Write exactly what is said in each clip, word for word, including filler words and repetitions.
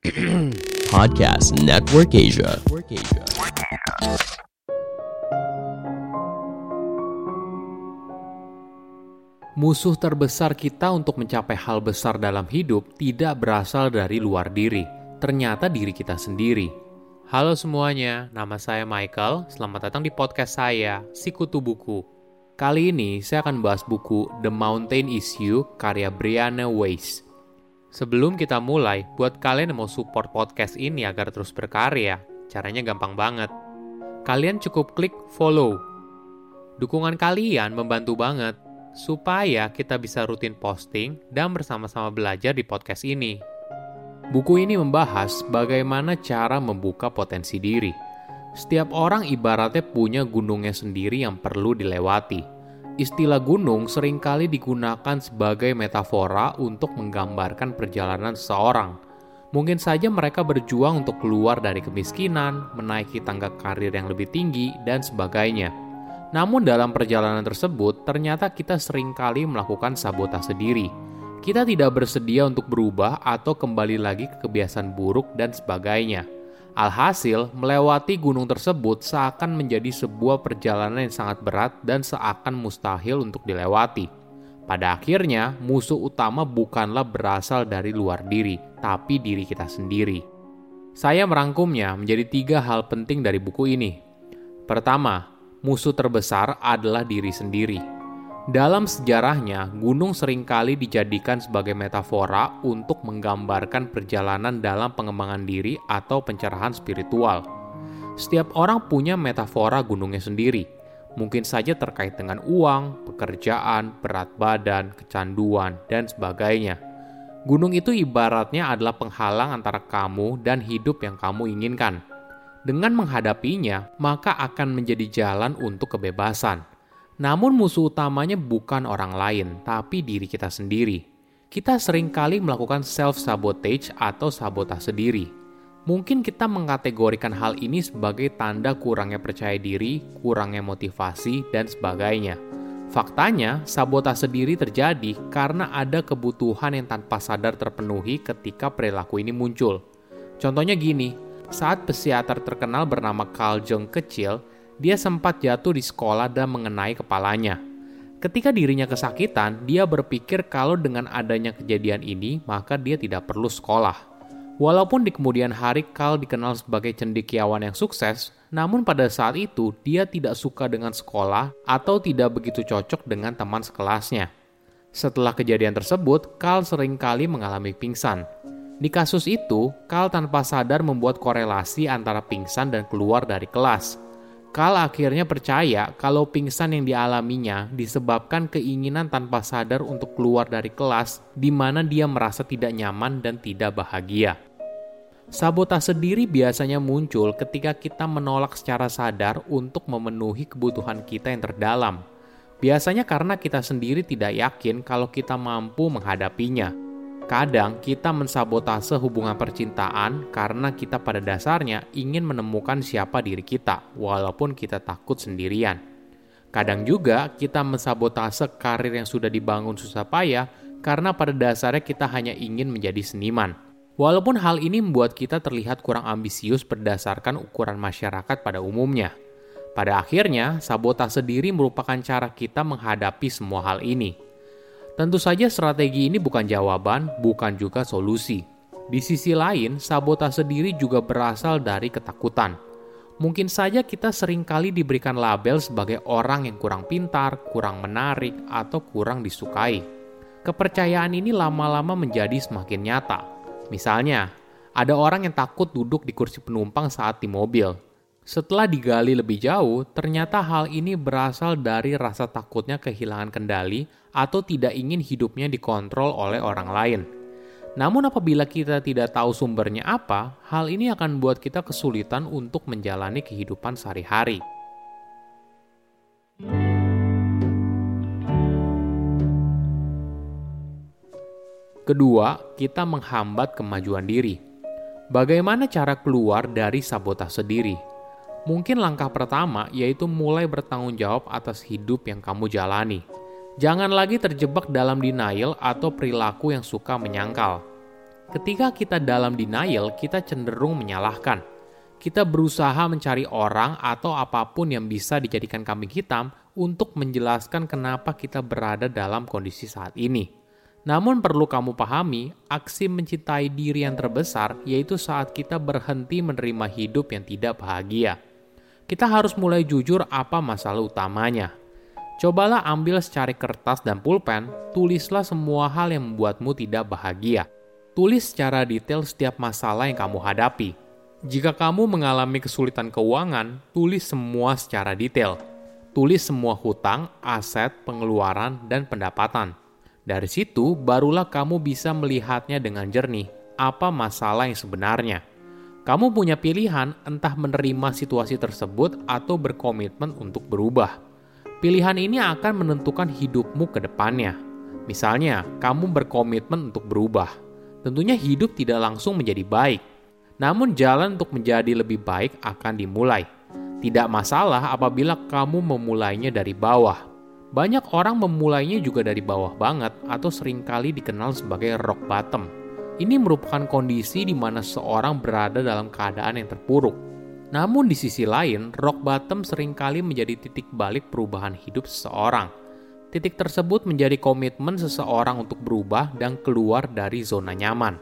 Podcast Network Asia. Musuh terbesar kita untuk mencapai hal besar dalam hidup tidak berasal dari luar diri, ternyata diri kita sendiri. Halo semuanya, nama saya Michael. Selamat datang di podcast saya, Sikutu Buku. Kali ini saya akan bahas buku The Mountain Issue karya Brianna Wiest. Sebelum kita mulai, buat kalian yang mau support podcast ini agar terus berkarya, caranya gampang banget. Kalian cukup klik follow. Dukungan kalian membantu banget, supaya kita bisa rutin posting dan bersama-sama belajar di podcast ini. Buku ini membahas bagaimana cara membuka potensi diri. Setiap orang ibaratnya punya gunungnya sendiri yang perlu dilewati. Istilah gunung seringkali digunakan sebagai metafora untuk menggambarkan perjalanan seseorang. Mungkin saja mereka berjuang untuk keluar dari kemiskinan, menaiki tangga karir yang lebih tinggi, dan sebagainya. Namun dalam perjalanan tersebut, ternyata kita seringkali melakukan sabotase diri. Kita tidak bersedia untuk berubah atau kembali lagi ke kebiasaan buruk dan sebagainya. Alhasil, melewati gunung tersebut seakan menjadi sebuah perjalanan yang sangat berat dan seakan mustahil untuk dilewati. Pada akhirnya, musuh utama bukanlah berasal dari luar diri, tapi diri kita sendiri. Saya merangkumnya menjadi tiga hal penting dari buku ini. Pertama, musuh terbesar adalah diri sendiri. Dalam sejarahnya, gunung seringkali dijadikan sebagai metafora untuk menggambarkan perjalanan dalam pengembangan diri atau pencerahan spiritual. Setiap orang punya metafora gunungnya sendiri. Mungkin saja terkait dengan uang, pekerjaan, berat badan, kecanduan, dan sebagainya. Gunung itu ibaratnya adalah penghalang antara kamu dan hidup yang kamu inginkan. Dengan menghadapinya, maka akan menjadi jalan untuk kebebasan. Namun musuh utamanya bukan orang lain, tapi diri kita sendiri. Kita seringkali melakukan self-sabotage atau sabotase diri. Mungkin kita mengkategorikan hal ini sebagai tanda kurangnya percaya diri, kurangnya motivasi, dan sebagainya. Faktanya, sabotase diri terjadi karena ada kebutuhan yang tanpa sadar terpenuhi ketika perilaku ini muncul. Contohnya gini, saat psikiater terkenal bernama Carl Jung kecil, dia sempat jatuh di sekolah dan mengenai kepalanya. Ketika dirinya kesakitan, dia berpikir kalau dengan adanya kejadian ini, maka dia tidak perlu sekolah. Walaupun di kemudian hari Carl dikenal sebagai cendekiawan yang sukses, namun pada saat itu dia tidak suka dengan sekolah atau tidak begitu cocok dengan teman sekelasnya. Setelah kejadian tersebut, Carl seringkali mengalami pingsan. Di kasus itu, Carl tanpa sadar membuat korelasi antara pingsan dan keluar dari kelas. Carl akhirnya percaya kalau pingsan yang dialaminya disebabkan keinginan tanpa sadar untuk keluar dari kelas di mana dia merasa tidak nyaman dan tidak bahagia. Sabotase diri biasanya muncul ketika kita menolak secara sadar untuk memenuhi kebutuhan kita yang terdalam. Biasanya karena kita sendiri tidak yakin kalau kita mampu menghadapinya. Kadang kita mensabotase hubungan percintaan karena kita pada dasarnya ingin menemukan siapa diri kita, walaupun kita takut sendirian. Kadang juga kita mensabotase karir yang sudah dibangun susah payah karena pada dasarnya kita hanya ingin menjadi seniman. Walaupun hal ini membuat kita terlihat kurang ambisius berdasarkan ukuran masyarakat pada umumnya. Pada akhirnya, sabotase diri merupakan cara kita menghadapi semua hal ini. Tentu saja strategi ini bukan jawaban, bukan juga solusi. Di sisi lain, sabotase diri juga berasal dari ketakutan. Mungkin saja kita seringkali diberikan label sebagai orang yang kurang pintar, kurang menarik, atau kurang disukai. Kepercayaan ini lama-lama menjadi semakin nyata. Misalnya, ada orang yang takut duduk di kursi penumpang saat di mobil. Setelah digali lebih jauh, ternyata hal ini berasal dari rasa takutnya kehilangan kendali atau tidak ingin hidupnya dikontrol oleh orang lain. Namun apabila kita tidak tahu sumbernya apa, hal ini akan membuat kita kesulitan untuk menjalani kehidupan sehari-hari. Kedua, kita menghambat kemajuan diri. Bagaimana cara keluar dari sabotase diri? Mungkin langkah pertama yaitu mulai bertanggung jawab atas hidup yang kamu jalani. Jangan lagi terjebak dalam denial atau perilaku yang suka menyangkal. Ketika kita dalam denial, kita cenderung menyalahkan. Kita berusaha mencari orang atau apapun yang bisa dijadikan kambing hitam untuk menjelaskan kenapa kita berada dalam kondisi saat ini. Namun perlu kamu pahami, aksi mencintai diri yang terbesar yaitu saat kita berhenti menerima hidup yang tidak bahagia. Kita harus mulai jujur apa masalah utamanya. Cobalah ambil secari kertas dan pulpen, tulislah semua hal yang membuatmu tidak bahagia. Tulis secara detail setiap masalah yang kamu hadapi. Jika kamu mengalami kesulitan keuangan, tulis semua secara detail. Tulis semua hutang, aset, pengeluaran, dan pendapatan. Dari situ, barulah kamu bisa melihatnya dengan jernih, apa masalah yang sebenarnya. Kamu punya pilihan entah menerima situasi tersebut atau berkomitmen untuk berubah. Pilihan ini akan menentukan hidupmu ke depannya. Misalnya, kamu berkomitmen untuk berubah. Tentunya hidup tidak langsung menjadi baik. Namun jalan untuk menjadi lebih baik akan dimulai. Tidak masalah apabila kamu memulainya dari bawah. Banyak orang memulainya juga dari bawah banget atau seringkali dikenal sebagai rock bottom. Ini merupakan kondisi di mana seseorang berada dalam keadaan yang terpuruk. Namun di sisi lain, rock bottom seringkali menjadi titik balik perubahan hidup seseorang. Titik tersebut menjadi komitmen seseorang untuk berubah dan keluar dari zona nyaman.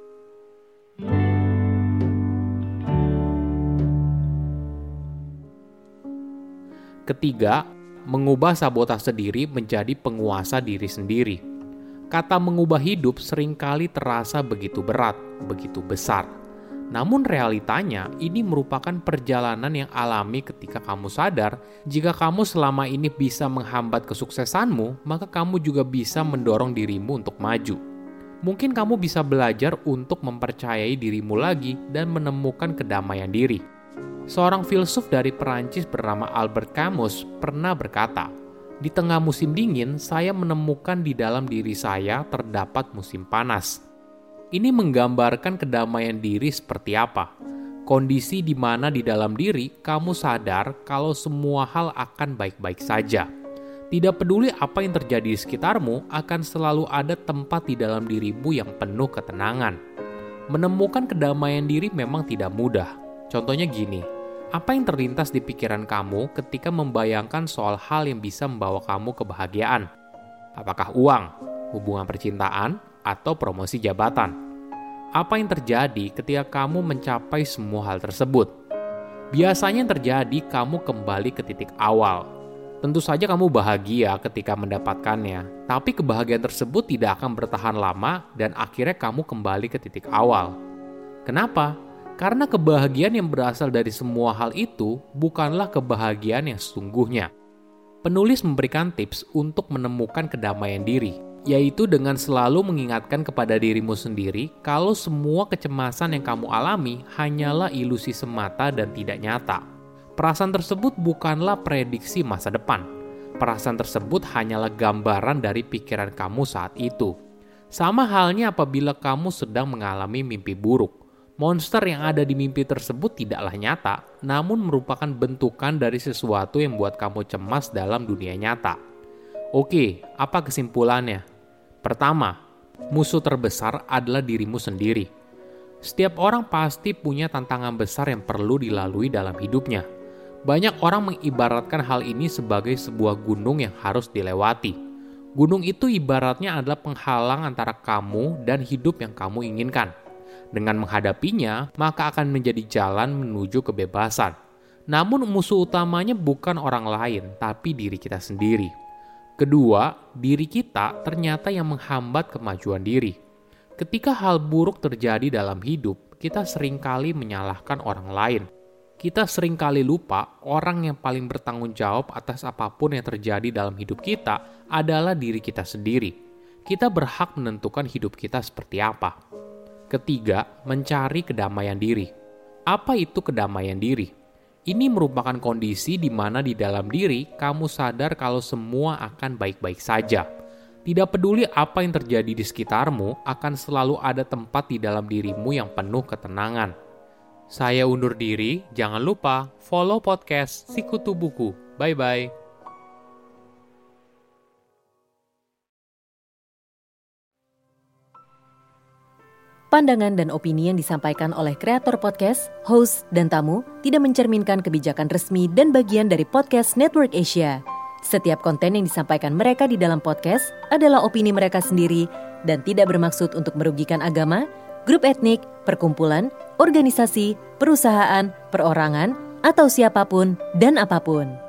Ketiga, mengubah sabotase diri menjadi penguasa diri sendiri. Kata mengubah hidup seringkali terasa begitu berat, begitu besar. Namun realitanya ini merupakan perjalanan yang alami ketika kamu sadar jika kamu selama ini bisa menghambat kesuksesanmu, maka kamu juga bisa mendorong dirimu untuk maju. Mungkin kamu bisa belajar untuk mempercayai dirimu lagi dan menemukan kedamaian diri. Seorang filsuf dari Perancis bernama Albert Camus pernah berkata, "Di tengah musim dingin, saya menemukan di dalam diri saya terdapat musim panas." Ini menggambarkan kedamaian diri seperti apa. Kondisi di mana di dalam diri kamu sadar kalau semua hal akan baik-baik saja. Tidak peduli apa yang terjadi di sekitarmu, akan selalu ada tempat di dalam dirimu yang penuh ketenangan. Menemukan kedamaian diri memang tidak mudah. Contohnya gini, apa yang terlintas di pikiran kamu ketika membayangkan soal hal yang bisa membawa kamu kebahagiaan? Apakah uang, hubungan percintaan, atau promosi jabatan? Apa yang terjadi ketika kamu mencapai semua hal tersebut? Biasanya yang terjadi kamu kembali ke titik awal. Tentu saja kamu bahagia ketika mendapatkannya, tapi kebahagiaan tersebut tidak akan bertahan lama dan akhirnya kamu kembali ke titik awal. Kenapa? Karena kebahagiaan yang berasal dari semua hal itu bukanlah kebahagiaan yang sesungguhnya. Penulis memberikan tips untuk menemukan kedamaian diri, yaitu dengan selalu mengingatkan kepada dirimu sendiri kalau semua kecemasan yang kamu alami hanyalah ilusi semata dan tidak nyata. Perasaan tersebut bukanlah prediksi masa depan. Perasaan tersebut hanyalah gambaran dari pikiran kamu saat itu. Sama halnya apabila kamu sedang mengalami mimpi buruk. Monster yang ada di mimpi tersebut tidaklah nyata, namun merupakan bentukan dari sesuatu yang membuat kamu cemas dalam dunia nyata. Oke, apa kesimpulannya? Pertama, musuh terbesar adalah dirimu sendiri. Setiap orang pasti punya tantangan besar yang perlu dilalui dalam hidupnya. Banyak orang mengibaratkan hal ini sebagai sebuah gunung yang harus dilewati. Gunung itu ibaratnya adalah penghalang antara kamu dan hidup yang kamu inginkan. Dengan menghadapinya, maka akan menjadi jalan menuju kebebasan. Namun musuh utamanya bukan orang lain, tapi diri kita sendiri. Kedua, diri kita ternyata yang menghambat kemajuan diri. Ketika hal buruk terjadi dalam hidup, kita seringkali menyalahkan orang lain. Kita seringkali lupa orang yang paling bertanggung jawab atas apapun yang terjadi dalam hidup kita adalah diri kita sendiri. Kita berhak menentukan hidup kita seperti apa. Ketiga, mencari kedamaian diri. Apa itu kedamaian diri? Ini merupakan kondisi di mana di dalam diri kamu sadar kalau semua akan baik-baik saja. Tidak peduli apa yang terjadi di sekitarmu, akan selalu ada tempat di dalam dirimu yang penuh ketenangan. Saya undur diri, jangan lupa follow podcast Sikutu Buku. Bye-bye. Pandangan dan opini yang disampaikan oleh kreator podcast, host, dan tamu tidak mencerminkan kebijakan resmi dan bagian dari podcast Network Asia. Setiap konten yang disampaikan mereka di dalam podcast adalah opini mereka sendiri dan tidak bermaksud untuk merugikan agama, grup etnik, perkumpulan, organisasi, perusahaan, perorangan, atau siapapun dan apapun.